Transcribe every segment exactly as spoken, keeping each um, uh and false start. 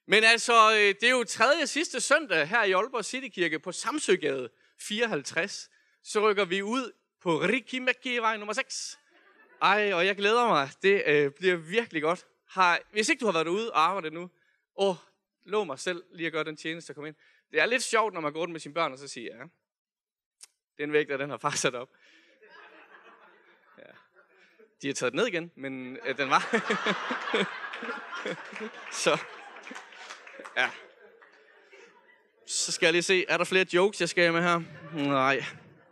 Men altså, det er jo tredje sidste søndag her i Aalborg Citykirke på Samsøgade fireoghalvtreds. Så rykker vi ud på Rikkimäki-vej nummer seks. Ej, og jeg glæder mig. Det øh, bliver virkelig godt. Har, hvis ikke du har været derude og arbejdet nu, åh, lov mig selv lige at gøre den tjeneste at komme ind. Det er lidt sjovt, når man går rundt med sine børn og så siger, ja, den vægter, den har far sat op. Ja. De har taget den ned igen, men øh, den var... så... Ja. Så skal jeg lige se, er der flere jokes, jeg skal have med her? Nej.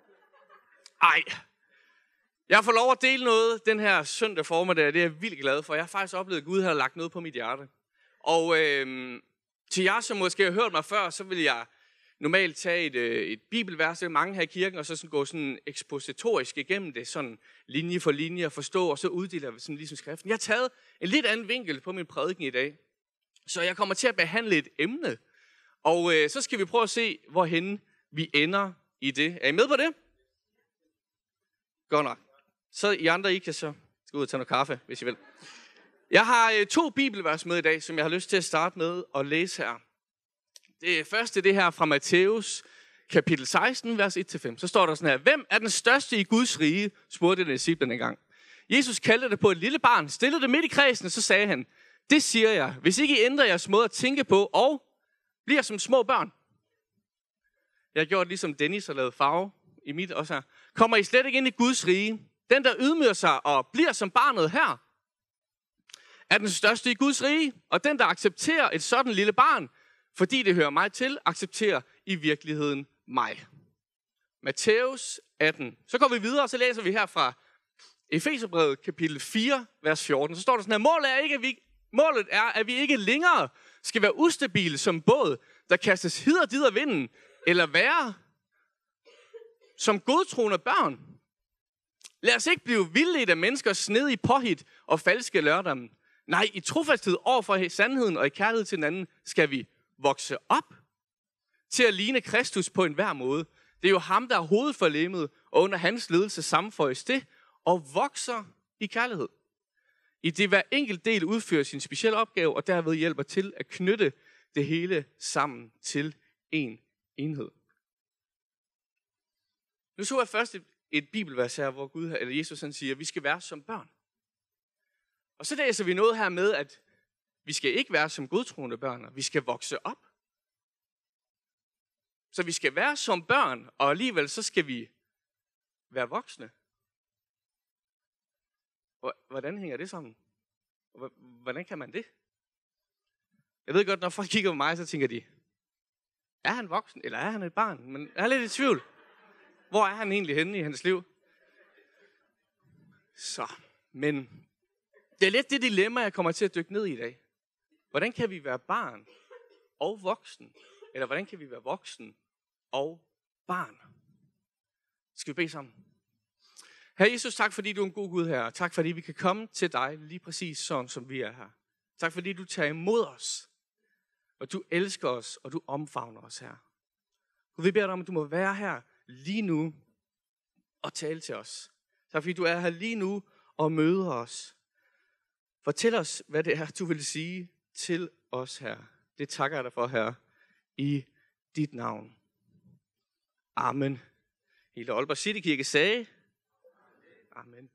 Ej. Jeg får lov at dele noget den her søndag formiddag, det er jeg vildt glad for. Jeg har faktisk oplevet, at Gud har lagt noget på mit hjerte. Og øh, til jer, som måske har hørt mig før, så vil jeg normalt tage et, et bibelvers, det er mange her i kirken, og så sådan gå sådan ekspositorisk igennem det, sådan linje for linje at forstå, og så uddeler vi sådan ligesom skriften. Jeg har taget en lidt anden vinkel på min prædiken i dag, så jeg kommer til at behandle et emne, og øh, så skal vi prøve at se, hvorhen vi ender i det. Er I med på det? Godt nok. Så I andre, I kan så gå ud og tage noget kaffe, hvis I vil. Jeg har øh, to bibelvers med i dag, som jeg har lyst til at starte med at læse her. Det første det her fra Matthæus, kapitel seksten, vers et til fem. Så står der sådan her: Hvem er den største i Guds rige? Spurgte disciplene engang. Jesus kaldte det på et lille barn, stillede det midt i kredsen, og så sagde han: Det siger jeg, hvis ikke I ændrer jeres måde at tænke på, og bliver som små børn. Jeg har gjort ligesom Dennis og lavet farve i mit også her. Kommer I slet ikke ind i Guds rige? Den, der ydmyger sig og bliver som barnet her, er den største i Guds rige. Og den, der accepterer et sådan lille barn, fordi det hører mig til, accepterer i virkeligheden mig. Matthæus atten. Så går vi videre, og så læser vi her fra Efeserbrevet kapitel fire, vers fjorten. Så står der sådan her: Målet er, ikke, at vi, målet er, at vi ikke længere skal være ustabile som båd, der kastes hid og did af vinden, eller være som godtroende børn. Lad os ikke blive vildledt af menneskers snedige påhit og falske lørdomme. Nej, i trofasthed over for sandheden og i kærlighed til hinanden skal vi vokse op til at ligne Kristus på enhver måde. Det er jo ham, der er hovedet for legemet, og under hans ledelse sammenføjes det, og vokser i kærlighed. I det hver enkelt del udfører sin specielle opgave, og derved hjælper til at knytte det hele sammen til en enhed. Nu så jeg først et, et bibelvers her, hvor Gud, eller Jesus han siger, at vi skal være som børn. Og så læser vi noget her med, at vi skal ikke være som godtroende børn, vi skal vokse op. Så vi skal være som børn, og alligevel så skal vi være voksne. Hvordan hænger det sammen? Hvordan kan man det? Jeg ved godt, når folk kigger på mig, så tænker de, er han voksen, eller er han et barn? Men jeg er lidt i tvivl. Hvor er han egentlig henne i hans liv? Så, men det er lidt det dilemma, jeg kommer til at dykke ned i i dag. Hvordan kan vi være barn og voksen? Eller hvordan kan vi være voksen og barn? Skal vi bede sammen? Herre Jesus, tak fordi du er en god Gud her. Tak fordi vi kan komme til dig lige præcis sådan, som vi er her. Tak fordi du tager imod os. Og du elsker os, og du omfavner os her. Gud, vi beder dig om, at du må være her lige nu og tale til os. Tak fordi du er her lige nu og møder os. Fortæl os, hvad det er, du vil sige til os her. Det takker jeg dig for, Herre, i dit navn. Amen. Hele Aalborg Citykirke sagde, amen.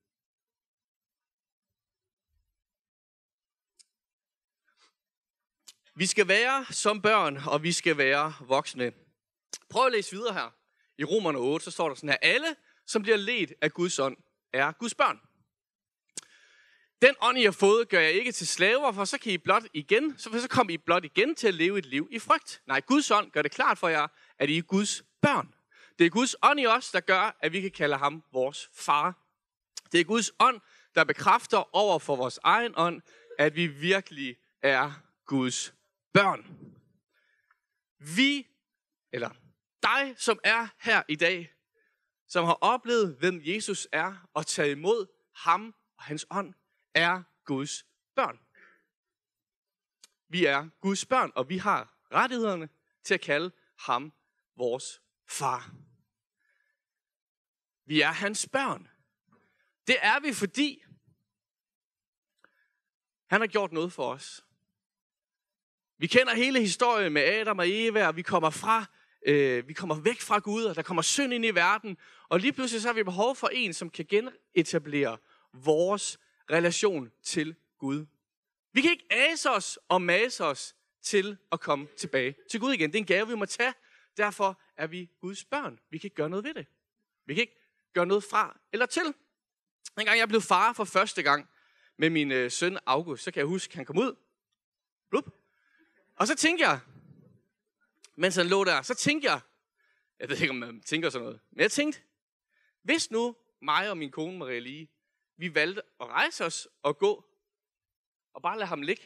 Vi skal være som børn, og vi skal være voksne. Prøv at læse videre her. I Romerne otte, så står der sådan her: Alle, som bliver ledt af Guds ånd, er Guds børn. Den ånd, I har fået, gør jeg ikke til slaver, for så kan I blot igen, så, så kommer I blot igen til at leve et liv i frygt. Nej, Guds ånd gør det klart for jer, at I er Guds børn. Det er Guds ånd i os, der gør, at vi kan kalde ham vores far. Det er Guds ånd, der bekræfter over for vores egen ånd, at vi virkelig er Guds børn. Vi, eller dig, som er her i dag, som har oplevet, hvem Jesus er, og taget imod ham og hans ånd, er Guds børn. Vi er Guds børn, og vi har rettighederne til at kalde ham vores far. Vi er hans børn. Det er vi, fordi han har gjort noget for os. Vi kender hele historien med Adam og Eva, og vi kommer fra, øh, vi kommer væk fra Gud, og der kommer synd ind i verden. Og lige pludselig så har vi behov for en, som kan genetablere vores relation til Gud. Vi kan ikke ase os og mase os til at komme tilbage til Gud igen. Det er en gave, vi må tage. Derfor er vi Guds børn. Vi kan ikke gøre noget ved det. Vi kan ikke gøre noget fra eller til. En gang jeg blev far for første gang med min øh, søn August, så kan jeg huske, at han kom ud. Blup. Og så tænkte jeg, mens han lå der, så tænkte jeg, jeg ved ikke, om man tænker sådan noget, men jeg tænkte, hvis nu mig og min kone Maria Lie, vi valgte at rejse os og gå, og bare lade ham ligge,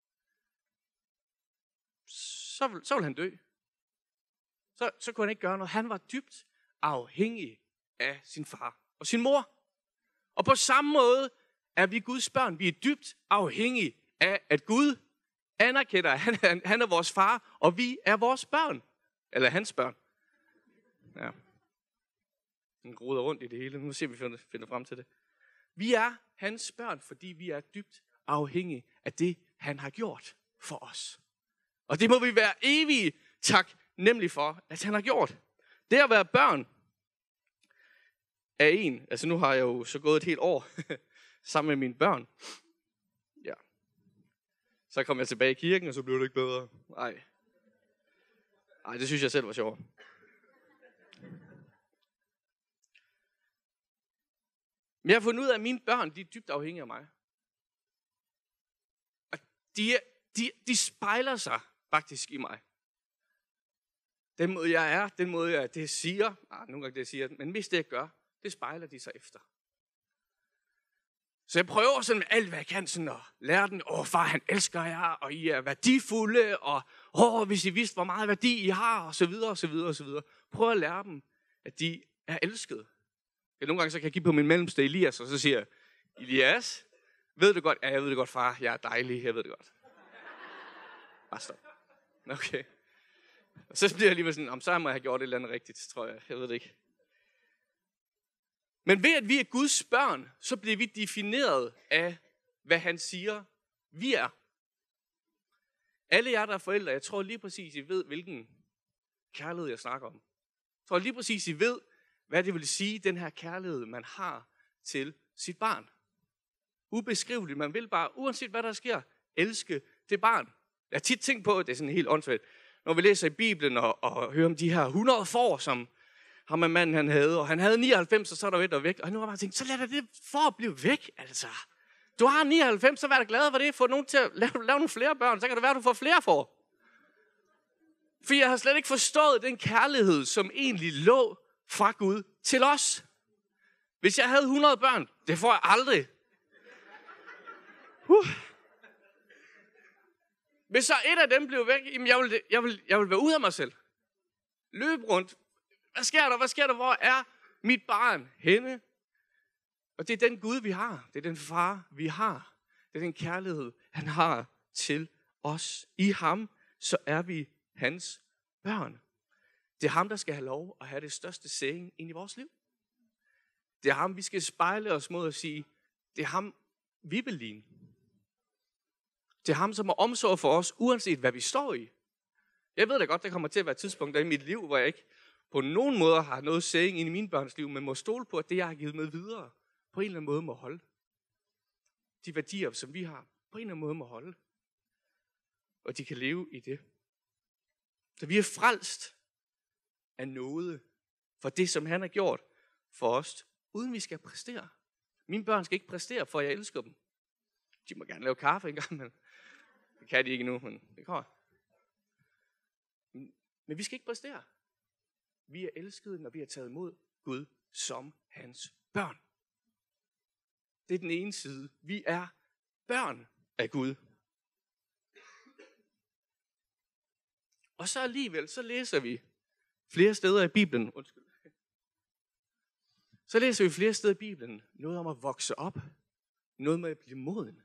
så vil, så vil han dø. Så, så kunne han ikke gøre noget. Han var dybt afhængig af sin far og sin mor. Og på samme måde er vi Guds børn. Vi er dybt afhængige af, at Gud anerkender, at han, han er vores far, og vi er vores børn. Eller hans børn. Ja. Den roder rundt i det hele. Nu ser vi, finder, finder frem til det. Vi er hans børn, fordi vi er dybt afhængige af det, han har gjort for os. Og det må vi være evige taknemmelige for, at han har gjort. Det at være børn af en, altså nu har jeg jo så gået et helt år sammen med mine børn. Ja. Så kom jeg tilbage i kirken, og så blev det ikke bedre. Nej. Nej, det synes jeg selv var sjovt. Men jeg har fundet ud af, at mine børn, de er dybt afhængige af mig. Og de, de, de spejler sig faktisk i mig. Den måde jeg er, den måde jeg det siger, nej, nogle gange det jeg siger, men mest det jeg gør, det spejler de sig efter. Så jeg prøver sådan med alt, hvad jeg kan, sådan at lære den, åh far, han elsker jer, og I er værdifulde, og åh, hvis I vidste, hvor meget værdi I har, og så videre, og så videre, og så videre. Prøv at lære dem, at de er elskede. Ja, nogle gange så kan jeg give på min mellemste Elias, og så siger jeg, Elias, ved du godt? Ja, jeg ved det godt, far, jeg er dejlig, jeg ved det godt. Bare stop. Okay. Og så bliver jeg alligevel sådan, om så må jeg have gjort et eller andet rigtigt, tror jeg. Jeg ved det ikke. Men ved at vi er Guds børn, så bliver vi defineret af, hvad han siger, vi er. Alle jer, der er forældre, jeg tror lige præcis, I ved, hvilken kærlighed jeg snakker om. Jeg tror lige præcis, I ved, hvad det vil sige, den her kærlighed, man har til sit barn. Ubeskriveligt, man vil bare, uanset hvad der sker, elske det barn. Jeg har tit tænkt på, det er sådan helt åndssvagt, når vi læser i Bibelen og, og hører om de her hundrede får, som ham og manden han havde, og han havde nioghalvfems, og så er der et, der er væk. Og nu har jeg bare tænkt, så lad da det for blive væk, altså. Du har nioghalvfems, så vær da glad for det, få nogen til at lave, lave nogle flere børn, så kan det være, at du får flere får. For jeg har slet ikke forstået den kærlighed, som egentlig lå fra Gud til os. Hvis jeg havde hundrede børn, det får jeg aldrig. Uh. Hvis så et af dem blev væk, jamen jeg vil, jeg vil, jeg vil være ude af mig selv. Løb rundt. Hvad sker der? Hvad sker der? Hvor er mit barn henne? Og det er den Gud, vi har. Det er den far, vi har. Det er den kærlighed, han har til os. I ham, så er vi hans børn. Det er ham, der skal have lov at have det største saying ind i vores liv. Det er ham, vi skal spejle os mod at sige, det er ham, vi vil ligne. Det er ham, som har omsorg for os, uanset hvad vi står i. Jeg ved da godt, der kommer til at være tidspunkter i mit liv, hvor jeg ikke på nogen måde har noget saying ind i mine børns liv, men må stole på, at det, jeg har givet med videre, på en eller anden måde må holde. De værdier, som vi har, på en eller anden måde må holde. Og de kan leve i det. Så vi er frelst af nåde for det, som han har gjort for os, uden vi skal præstere. Mine børn skal ikke præstere, for jeg elsker dem. De må gerne lave kaffe en gang, men det kan de ikke nu, men det kommer. Men vi skal ikke præstere. Vi er elskede, når vi har taget imod Gud som hans børn. Det er den ene side. Vi er børn af Gud. Og så alligevel, så læser vi flere steder i Bibelen, undskyld. Så læser vi flere steder i Bibelen noget om at vokse op. Noget med at blive moden.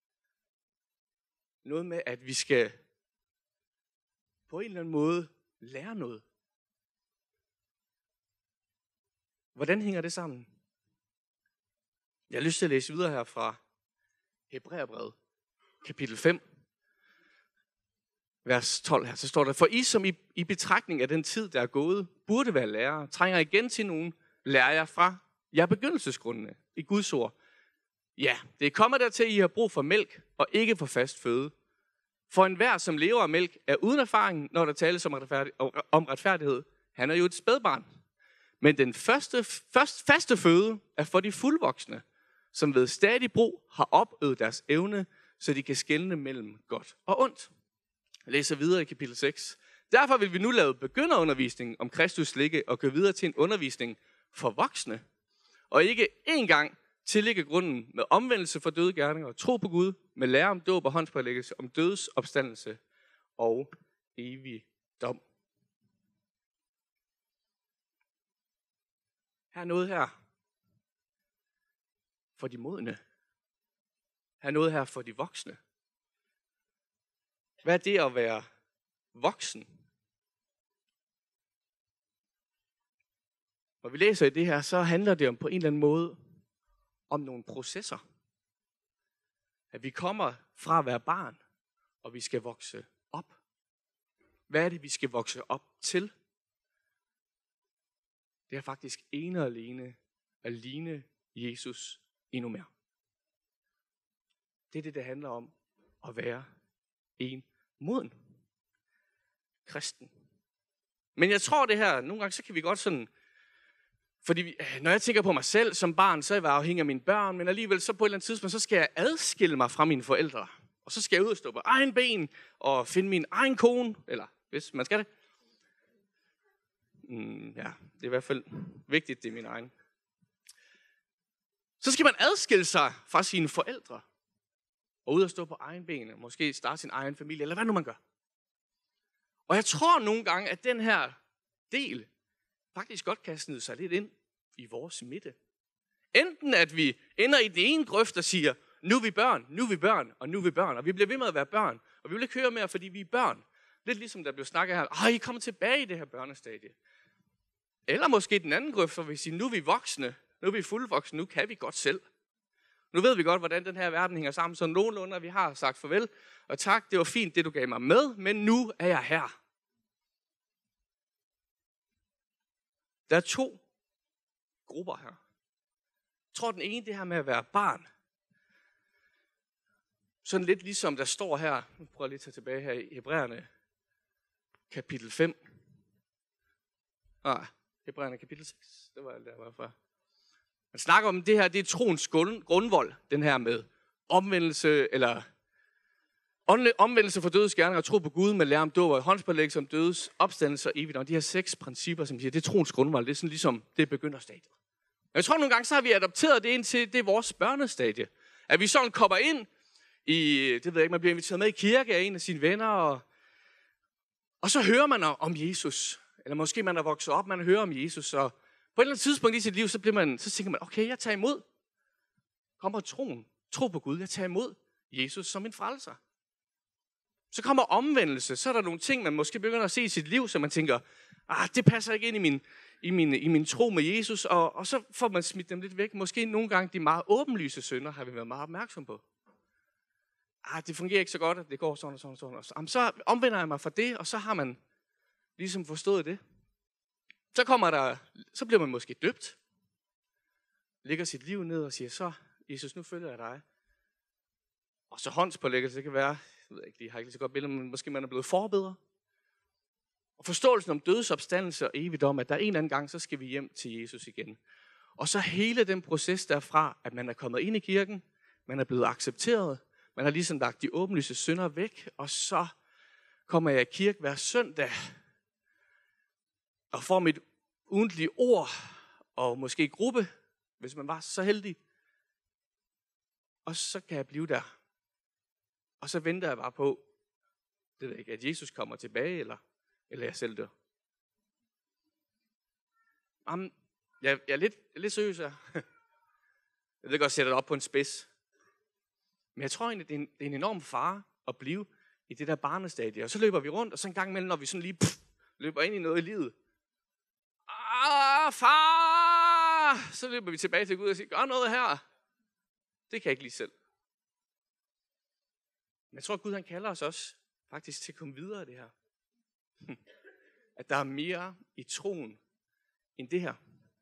Noget med, at vi skal på en eller anden måde lære noget. Hvordan hænger det sammen? Jeg har lyst til at læse videre her fra Hebræerbrevet, kapitel fem. vers tolv her, så står der, for I som i, i betragtning af den tid, der er gået, burde være lærere, trænger igen til nogen, lærer jer fra jer begyndelsesgrundene i Guds ord. Ja, det er kommet dertil, at I har brug for mælk og ikke for fast føde. For enhver, som lever af mælk, er uden erfaring, når der tales om, retfærdig, om retfærdighed. Han er jo et spædbarn. Men den første, først, faste føde er for de fuldvoksne, som ved stadig brug har opøvet deres evne, så de kan skelne mellem godt og ondt. Jeg læser videre i kapitel seks. Derfor vil vi nu lave begynderundervisning om Kristus ligge og gå videre til en undervisning for voksne, og ikke engang tillægge grunden med omvendelse for døde gerninger og tro på Gud, med lære om dåb og håndspålæggelse, om dødes opstandelse og evig dom. Her er noget her for de modne. Her er noget her for de voksne. Hvad er det at være voksen? Når vi læser i det her, så handler det om på en eller anden måde om nogle processer. At vi kommer fra at være barn, og vi skal vokse op. Hvad er det, vi skal vokse op til? Det er faktisk ene og alene at ligne Jesus endnu mere. Det er det, det handler om at være en moden kristen. Men jeg tror det her, nogle gange så kan vi godt sådan, fordi vi, når jeg tænker på mig selv som barn, så er jeg afhængig af mine børn, men alligevel så på et eller andet tidspunkt, så skal jeg adskille mig fra mine forældre. Og så skal jeg ud og stå på egen ben og finde min egen kone, eller hvis man skal det. Mm, ja, det er i hvert fald vigtigt, det er min egen. Så skal man adskille sig fra sine forældre og ud og stå på egen ben, og måske starte sin egen familie, eller hvad nu man gør. Og jeg tror nogle gange, at den her del faktisk godt kan snide sig lidt ind i vores midte. Enten at vi ender i den ene grøft og siger, nu er vi børn, nu er vi børn, og nu er vi børn, og vi bliver ved med at være børn, og vi vil ikke høre mere, fordi vi er børn. Lidt ligesom der blev snakket her, åh, I kommer tilbage i det her børnestadie. Eller måske den anden grøft, hvor vi siger, nu er vi voksne, nu er vi fuldvoksne, nu kan vi godt selv. Nu ved vi godt, hvordan den her verden hænger sammen, så nogenlunde, at vi har sagt farvel, og tak, det var fint, det du gav mig med, men nu er jeg her. Der er to grupper her. Jeg tror, den ene, det her med at være barn. Sådan lidt ligesom der står her, nu prøver jeg lige at tage tilbage her i Hebræerne, kapitel fem. Ah, Hebræerne kapitel seks, det var alt der var fra. Man snakker om det her, det er troens grundvold, den her med omvendelse, eller omvendelse for dødes gerninger og tro på Gud med lære om dåb og håndspålæggelse om dødes opstandelse og evigt. Og de her seks principper, som siger, det er troens grundvold, det er sådan ligesom, det begynder stadiet. Jeg tror nogle gange, så har vi adopteret det ind til, det er vores børnestadie. At vi sådan kommer ind i, det ved jeg ikke, man bliver inviteret med i kirke af en af sine venner, og, og så hører man om Jesus. Eller måske man er vokset op, man hører om Jesus, og på et eller andet tidspunkt i sit liv, så, bliver man, så tænker man, okay, jeg tager imod. Kommer troen, tro på Gud, jeg tager imod Jesus som en frelser. Så kommer omvendelse, så er der nogle ting, man måske begynder at se i sit liv, så man tænker, ah, det passer ikke ind i min, i min, i min tro med Jesus, og, og så får man smidt dem lidt væk. Måske nogle gange de meget åbenlyse synder, har vi været meget opmærksom på. Ah, det fungerer ikke så godt, at det går sådan og sådan og sådan. Og så, så omvender jeg mig fra det, og så har man ligesom forstået det. Så kommer der, så bliver man måske døbt, lægger sit liv ned og siger, så Jesus, nu følger jeg dig. Og så håndspålæggelse, det kan være, jeg ved ikke, jeg har ikke lige så godt billede, men måske man er blevet forbedre. Og forståelsen om dødsopstandelse og evigdom, at der en eller anden gang, så skal vi hjem til Jesus igen. Og så hele den proces derfra, at man er kommet ind i kirken, man er blevet accepteret, man har ligesom lagt de åbenlyse synder væk, og så kommer jeg i kirke hver søndag, og får mit ugentlige ord, og måske gruppe, hvis man var så heldig. Og så kan jeg blive der. Og så venter jeg bare på, det ved jeg ikke, at Jesus kommer tilbage, eller, eller jeg selv dør. Jamen, jeg, jeg er lidt, jeg er lidt seriøs her. Jeg ved godt, sætte det op på en spids. Men jeg tror egentlig, det er en, det er en enorm fare at blive i det der barnestadie. Og så løber vi rundt, og så en gang imellem, når vi sådan lige pff, løber ind i noget i livet. Ah, far! Så løber vi tilbage til Gud og siger, gør noget her. Det kan jeg ikke lige selv. Men jeg tror, at Gud han kalder os også faktisk til at komme videre i det her. At der er mere i troen end det her.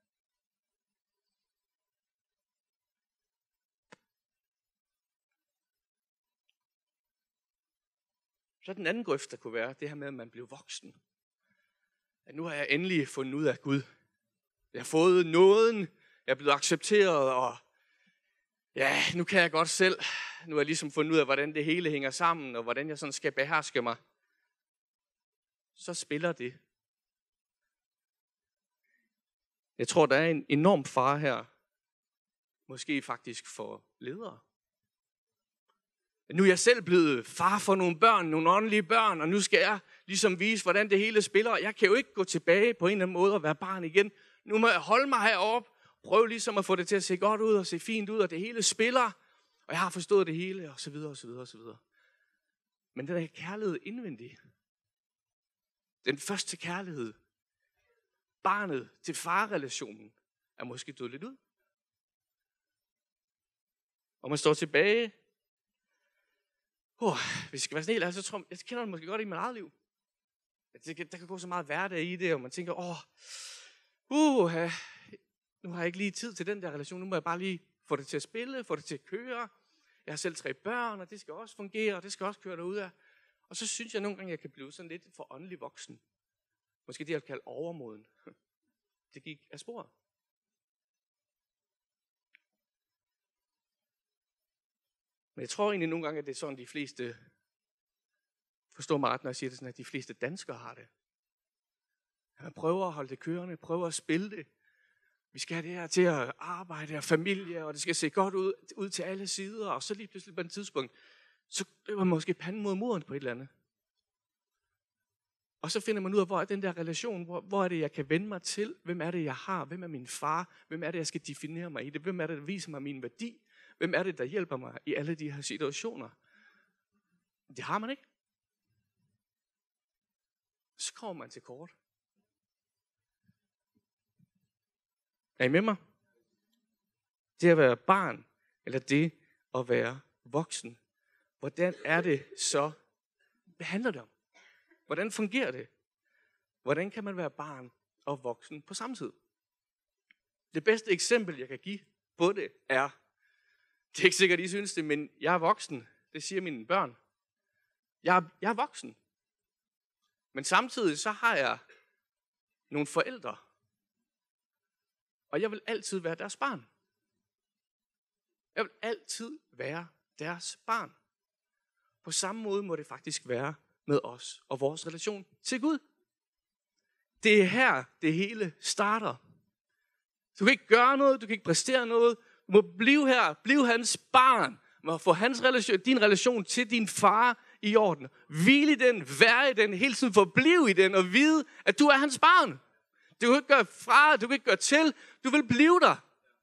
Så den anden grøft, der kunne være, det her med, at man blev voksen. At nu har jeg endelig fundet ud af Gud. Jeg har fået nåden, jeg er blevet accepteret, og ja, nu kan jeg godt selv. Nu har jeg ligesom fundet ud af, hvordan det hele hænger sammen, og hvordan jeg sådan skal beherske mig. Så spiller det. Jeg tror, der er en enorm fare her. Måske faktisk for ledere. Nu er jeg selv blevet far for nogle børn, nogle åndelige børn, og nu skal jeg ligesom vise, hvordan det hele spiller. Jeg kan jo ikke gå tilbage på en eller anden måde og være barn igen. Nu må jeg holde mig heroppe, prøve ligesom at få det til at se godt ud og se fint ud, og det hele spiller, og jeg har forstået det hele, og så videre, og så videre, og så videre. Men den der kærlighed indvendig, den første kærlighed, barnet til farrelationen, er måske død lidt ud. Og man står tilbage. Oh, hvis jeg skal være sådan helt ærlig, så tror jeg, jeg kender det måske godt i mit eget liv. Der kan gå så meget hverdag i det, og man tænker, åh, uh, nu har jeg ikke lige tid til den der relation, nu må jeg bare lige få det til at spille, få det til at køre. Jeg har selv tre børn, og det skal også fungere, og det skal også køre derudad. Og så synes jeg nogle gange, jeg kan blive sådan lidt for åndelig voksen. Måske det, jeg kalder overmoden. Det gik af sporet. Men jeg tror egentlig nogle gange, at det er sådan, de fleste, forstår mig ret, når jeg siger det sådan, at de fleste danskere har det. Man prøver at holde det kørende, prøver at spille det. Vi skal have det her til at arbejde og familie, og det skal se godt ud, ud til alle sider. Og så lige pludselig på et tidspunkt, så løber man måske panden mod muren på et eller andet. Og så finder man ud af, hvor er den der relation, hvor, hvor er det, jeg kan vende mig til? Hvem er det, jeg har? Hvem er min far? Hvem er det, jeg skal definere mig i det? Hvem er det, der viser mig min værdi? Hvem er det, der hjælper mig i alle de her situationer? Det har man ikke. Så kommer man til kort. Er I med mig? Det at være barn, eller det at være voksen. Hvordan er det så? Hvad handler det om? Hvordan fungerer det? Hvordan kan man være barn og voksen på samme tid? Det bedste eksempel, jeg kan give på det, er, det er ikke sikkert, I synes det, men jeg er voksen. Det siger mine børn. Jeg er, jeg er voksen. Men samtidig så har jeg nogle forældre. Og jeg vil altid være deres barn. Jeg vil altid være deres barn. På samme måde må det faktisk være med os og vores relation til Gud. Det er her, det hele starter. Du kan ikke gøre noget, du kan ikke præstere noget. Du må blive her, blive hans barn. Du må få hans relation, din relation til din far i orden. Hvile i den, være i den, hele tiden forblive i den og vide, at du er hans barn. Du kan ikke gøre fra, du kan ikke gøre til, du vil blive der.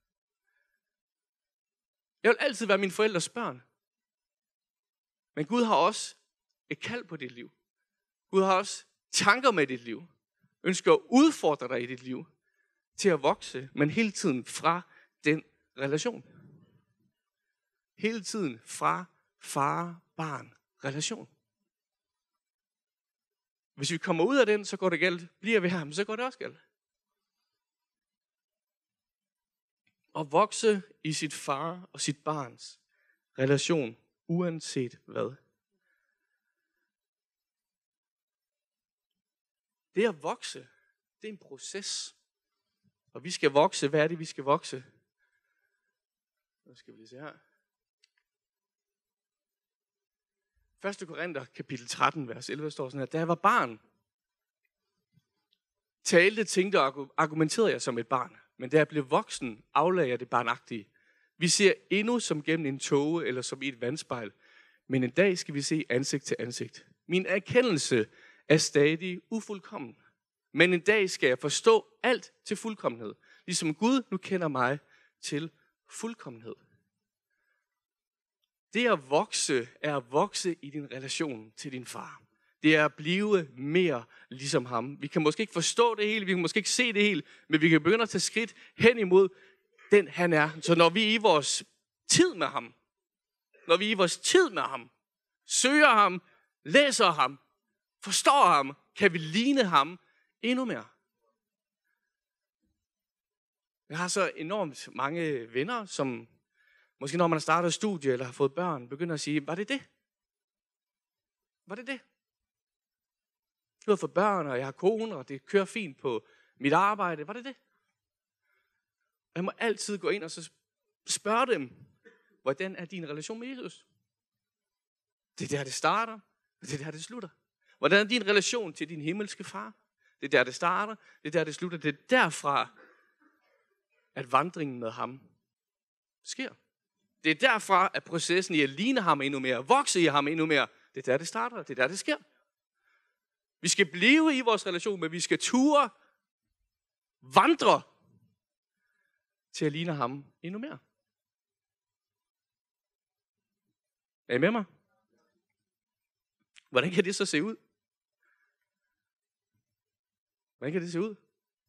Jeg vil altid være mine forældres børn. Men Gud har også et kald på dit liv. Gud har også tanker med dit liv. Ønsker at udfordre dig i dit liv til at vokse, men hele tiden fra den relation. Hele tiden fra far-barn-relation. Hvis vi kommer ud af den, så går det galt. Bliver vi her, men så går det også galt. At vokse i sit far og sit barns relation, uanset hvad. Det at vokse, det er en proces. Og vi skal vokse. Hvad er det, vi skal vokse? Nu skal vi lige se her. første Korinther, kapitel tretten, vers elleve, står sådan her. Da jeg var barn, talte, tænkte og argumenterede jeg som et barn. Men da jeg blev voksen, aflagde jeg det barnagtige. Vi ser endnu som gennem en tåge eller som i et vandspejl. Men en dag skal vi se ansigt til ansigt. Min erkendelse er stadig ufuldkommen. Men en dag skal jeg forstå alt til fuldkommenhed. Ligesom Gud nu kender mig til fuldkommenhed. Det at vokse er at vokse i din relation til din far. Det er at blive mere ligesom ham. Vi kan måske ikke forstå det hele, vi kan måske ikke se det hele, men vi kan begynde at tage skridt hen imod den han er. Så når vi er i vores tid med ham, når vi er i vores tid med ham, søger ham, læser ham, forstår ham, kan vi ligne ham endnu mere. Jeg har så enormt mange venner, som måske når man har startet et studie eller har fået børn, begynder at sige, var det det? Var det det? Jeg har fået børn, og jeg har kone, og det kører fint på mit arbejde. Var det det? Jeg må altid gå ind og så spørge dem, hvordan er din relation med Jesus? Det er der, det starter, og det er der, det slutter. Hvordan er din relation til din himmelske far? Det er der, det starter, det er der, det slutter. Det er derfra, at vandringen med ham sker. Det er derfra, at processen i at ligne ham endnu mere, vokse i ham endnu mere, det er der, det starter, det er der, det sker. Vi skal blive i vores relation, men vi skal ture, vandre til at ligne ham endnu mere. Er I med mig? Hvordan kan det så se ud? Hvordan kan det se ud?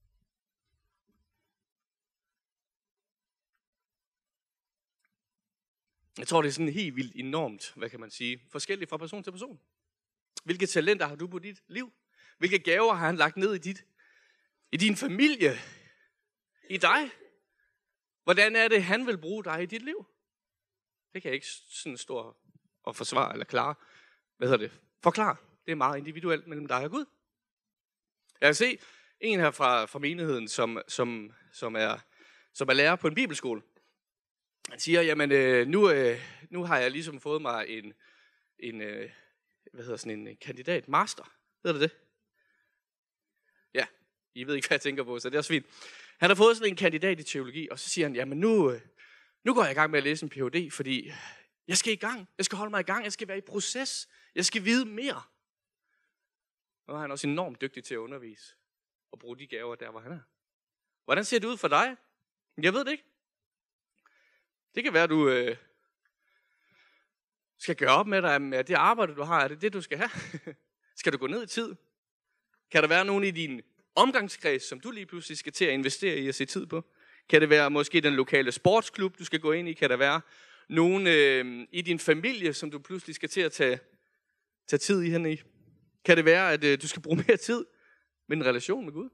Jeg tror, det er sådan helt vildt enormt, hvad kan man sige, forskelligt fra person til person. Hvilke talenter har du på dit liv? Hvilke gaver har han lagt ned i dit, i din familie? I dig? Hvordan er det, han vil bruge dig i dit liv? Det kan jeg ikke sådan stå og forsvare eller klare. Hvad hedder det? Forklare. Det er meget individuelt mellem dig og Gud. Jeg kan se en her fra, fra menigheden, som, som, som, er, som er lærer på en bibelskole. Han siger, jamen øh, nu, øh, nu har jeg ligesom fået mig en, en øh, hvad hedder sådan en kandidat master. Hedder det det? Ja, I ved ikke, hvad jeg tænker på, så det er også fint. Han har fået sådan en kandidat i teologi, og så siger han, jamen nu, øh, nu går jeg i gang med at læse en P H D, fordi jeg skal i gang. Jeg skal holde mig i gang. Jeg skal være i proces. Jeg skal vide mere. Og han er også enormt dygtig til at undervise og bruge de gaver der, hvor han er. Hvordan ser det ud for dig? Jeg ved det ikke. Det kan være, at du øh, skal gøre op med dig, med det arbejde, du har. Er det det, du skal have? Skal du gå ned i tid? Kan der være nogen i din omgangskreds, som du lige pludselig skal til at investere i at se tid på? Kan det være måske den lokale sportsklub, du skal gå ind i? Kan der være nogen øh, i din familie, som du pludselig skal til at tage, tage tid i henne i? Kan det være, at øh, du skal bruge mere tid med en relation med Gud?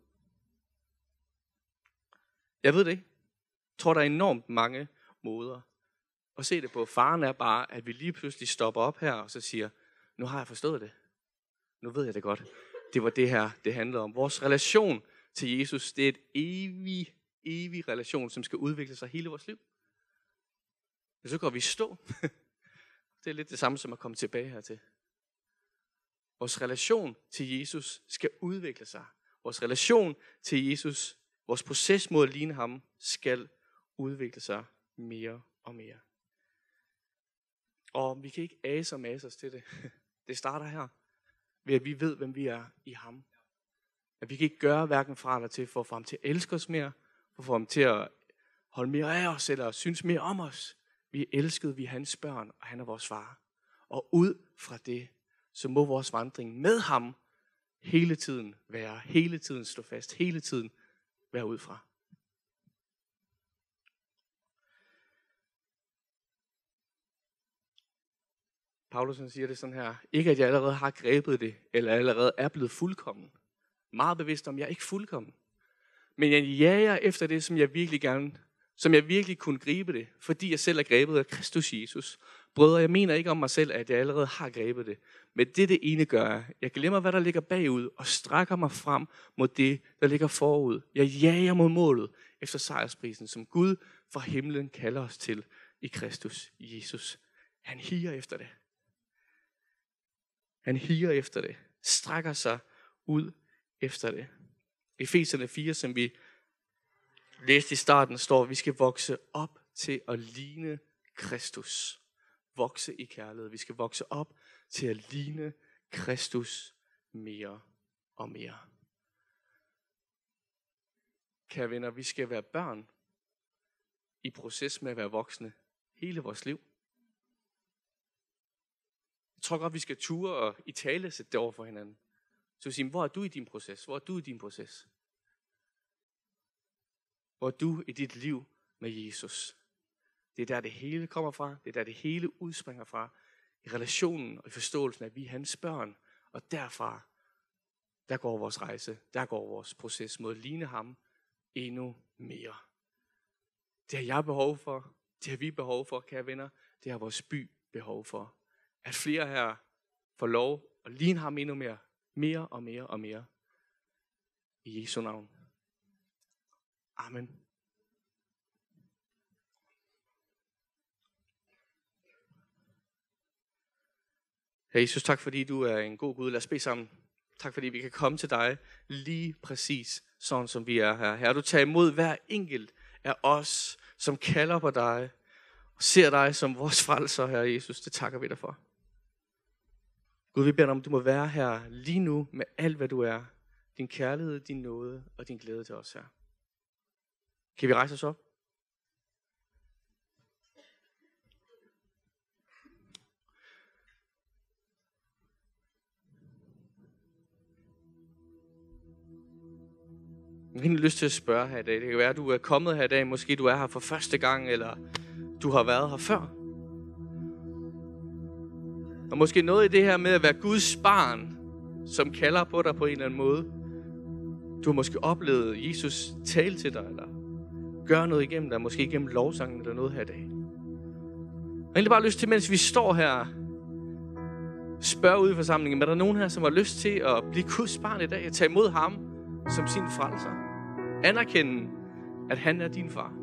Jeg ved det ikke. Jeg tror, der er enormt mange måder at se det på. Faren er bare, at vi lige pludselig stopper op her og så siger, nu har jeg forstået det. Nu ved jeg det godt. Det var det her, det handlede om. Vores relation til Jesus, det er et evig, evig relation, som skal udvikle sig hele vores liv. Og så går vi i stå. Det er lidt det samme som at komme tilbage hertil. Vores relation til Jesus skal udvikle sig. Vores relation til Jesus, vores proces mod at ligne ham, skal udvikle sig mere og mere. Og vi kan ikke ase og mase os til det. Det starter her, ved at vi ved, hvem vi er i ham. At vi kan ikke gøre hverken fra eller til, for at få ham til at elske os mere, for at få ham til at holde mere af os, eller synes mere om os. Vi er elskede, vi er hans børn, og han er vores far. Og ud fra det, så må vores vandring med ham hele tiden være, hele tiden stå fast, hele tiden være ud fra. Paulus han siger det sådan her, ikke at jeg allerede har grebet det, eller allerede er blevet fuldkommen. Meget bevidst om, jeg er ikke fuldkommen. Men jeg jager efter det, som jeg virkelig gerne, som jeg virkelig kunne gribe det, fordi jeg selv er grebet af Kristus Jesus. Brødre, jeg mener ikke om mig selv, at jeg allerede har grebet det. Men det det ene gør jeg. Jeg glemmer, hvad der ligger bagud, og strækker mig frem mod det, der ligger forud. Jeg jager mod målet efter sejrsprisen, som Gud fra himlen kalder os til i Kristus Jesus. Han higer efter det. Han higer efter det. Strækker sig ud efter det. Efeserne fire, som vi læste i starten, står, at vi skal vokse op til at ligne Kristus. Vokse i kærlighed. Vi skal vokse op til at ligne Kristus mere og mere. Kære venner, vi skal være børn i proces med at være voksne hele vores liv. Jeg tror godt, vi skal ture og i tale sætte det over for hinanden. Så vi siger, hvor er du i din proces? Hvor er du i din proces? Hvor er du i dit liv med Jesus? Det er der, det hele kommer fra. Det er der, det hele udspringer fra. i relationen og i forståelsen af, at vi er hans børn. Og derfra, der går vores rejse, der går vores proces mod at ligne ham endnu mere. Det har jeg behov for, det har vi behov for, kære venner. Det har vores by behov for. At flere her får lov at ligne ham endnu mere. Mere og mere og mere. I Jesu navn. Amen. Herre Jesus, tak fordi du er en god Gud. Lad os bede sammen. Tak fordi vi kan komme til dig lige præcis sådan som vi er her. Herre, du tager imod hver enkelt af os, som kalder på dig og ser dig som vores frelser, Herre Jesus. Det takker vi dig for. Gud, vi beder dig om, du må være her lige nu med alt, hvad du er. Din kærlighed, din nåde og din glæde til os her. Kan vi rejse os op? Jeg har egentlig lyst til at spørge her i dag. Det kan være, at du er kommet her i dag. Måske du er her for første gang, eller du har været her før. Og måske noget i det her med at være Guds barn, som kalder på dig på en eller anden måde. Du har måske oplevet Jesus tale til dig, eller gøre noget igennem dig, måske igennem lovsangen eller noget her i dag. Jeg har egentlig bare lyst til, mens vi står her, spørge ud i forsamlingen, er der nogen her, som har lyst til at blive Guds barn i dag, at tage imod ham som sin frelser? Anerkende, at han er din far.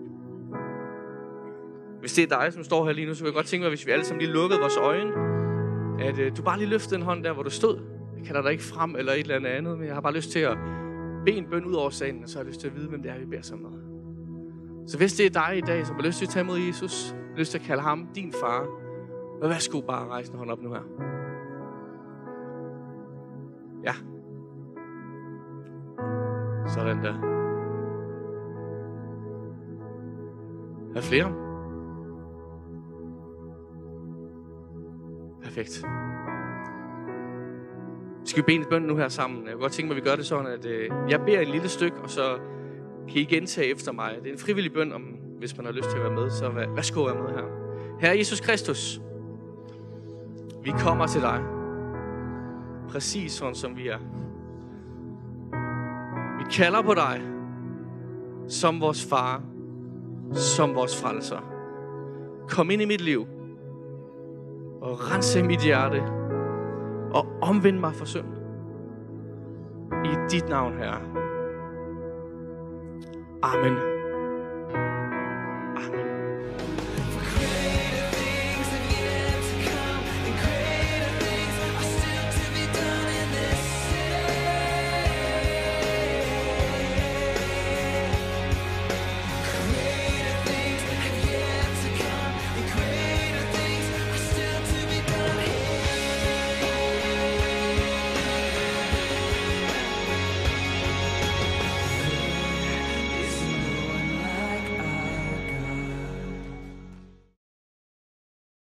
Hvis det er dig, som står her lige nu, så vil jeg godt tænke mig, hvis vi alle sammen lige lukkede vores øjne, at øh, du bare lige løftede en hånd der, hvor du stod. Jeg kalder dig ikke frem eller et eller andet andet, men jeg har bare lyst til at bede en bøn ud over salen, og så har jeg lyst til at vide, hvem det er, vi beder sammen med. Så hvis det er dig i dag, som har lyst til at tage imod Jesus, har lyst til at kalde ham din far, så værsgo bare rejse en hånd op nu her. Ja. Sådan der. Er der flere? Perfekt. Skal vi bede en bøn nu her sammen? Jeg kunne godt tænke mig, at vi gør det sådan, at øh, jeg beder et lille stykke, og så kan I gentage efter mig. Det er en frivillig bøn, om, hvis man har lyst til at være med, så vær, værsgo at være med her. Herre Jesus Kristus, vi kommer til dig, præcis sådan som vi er. Vi kalder på dig, som vores far, som vores frelser. Kom ind i mit liv, og rense mit hjerte, og omvend mig for synd. I dit navn, Herre. Amen. Amen.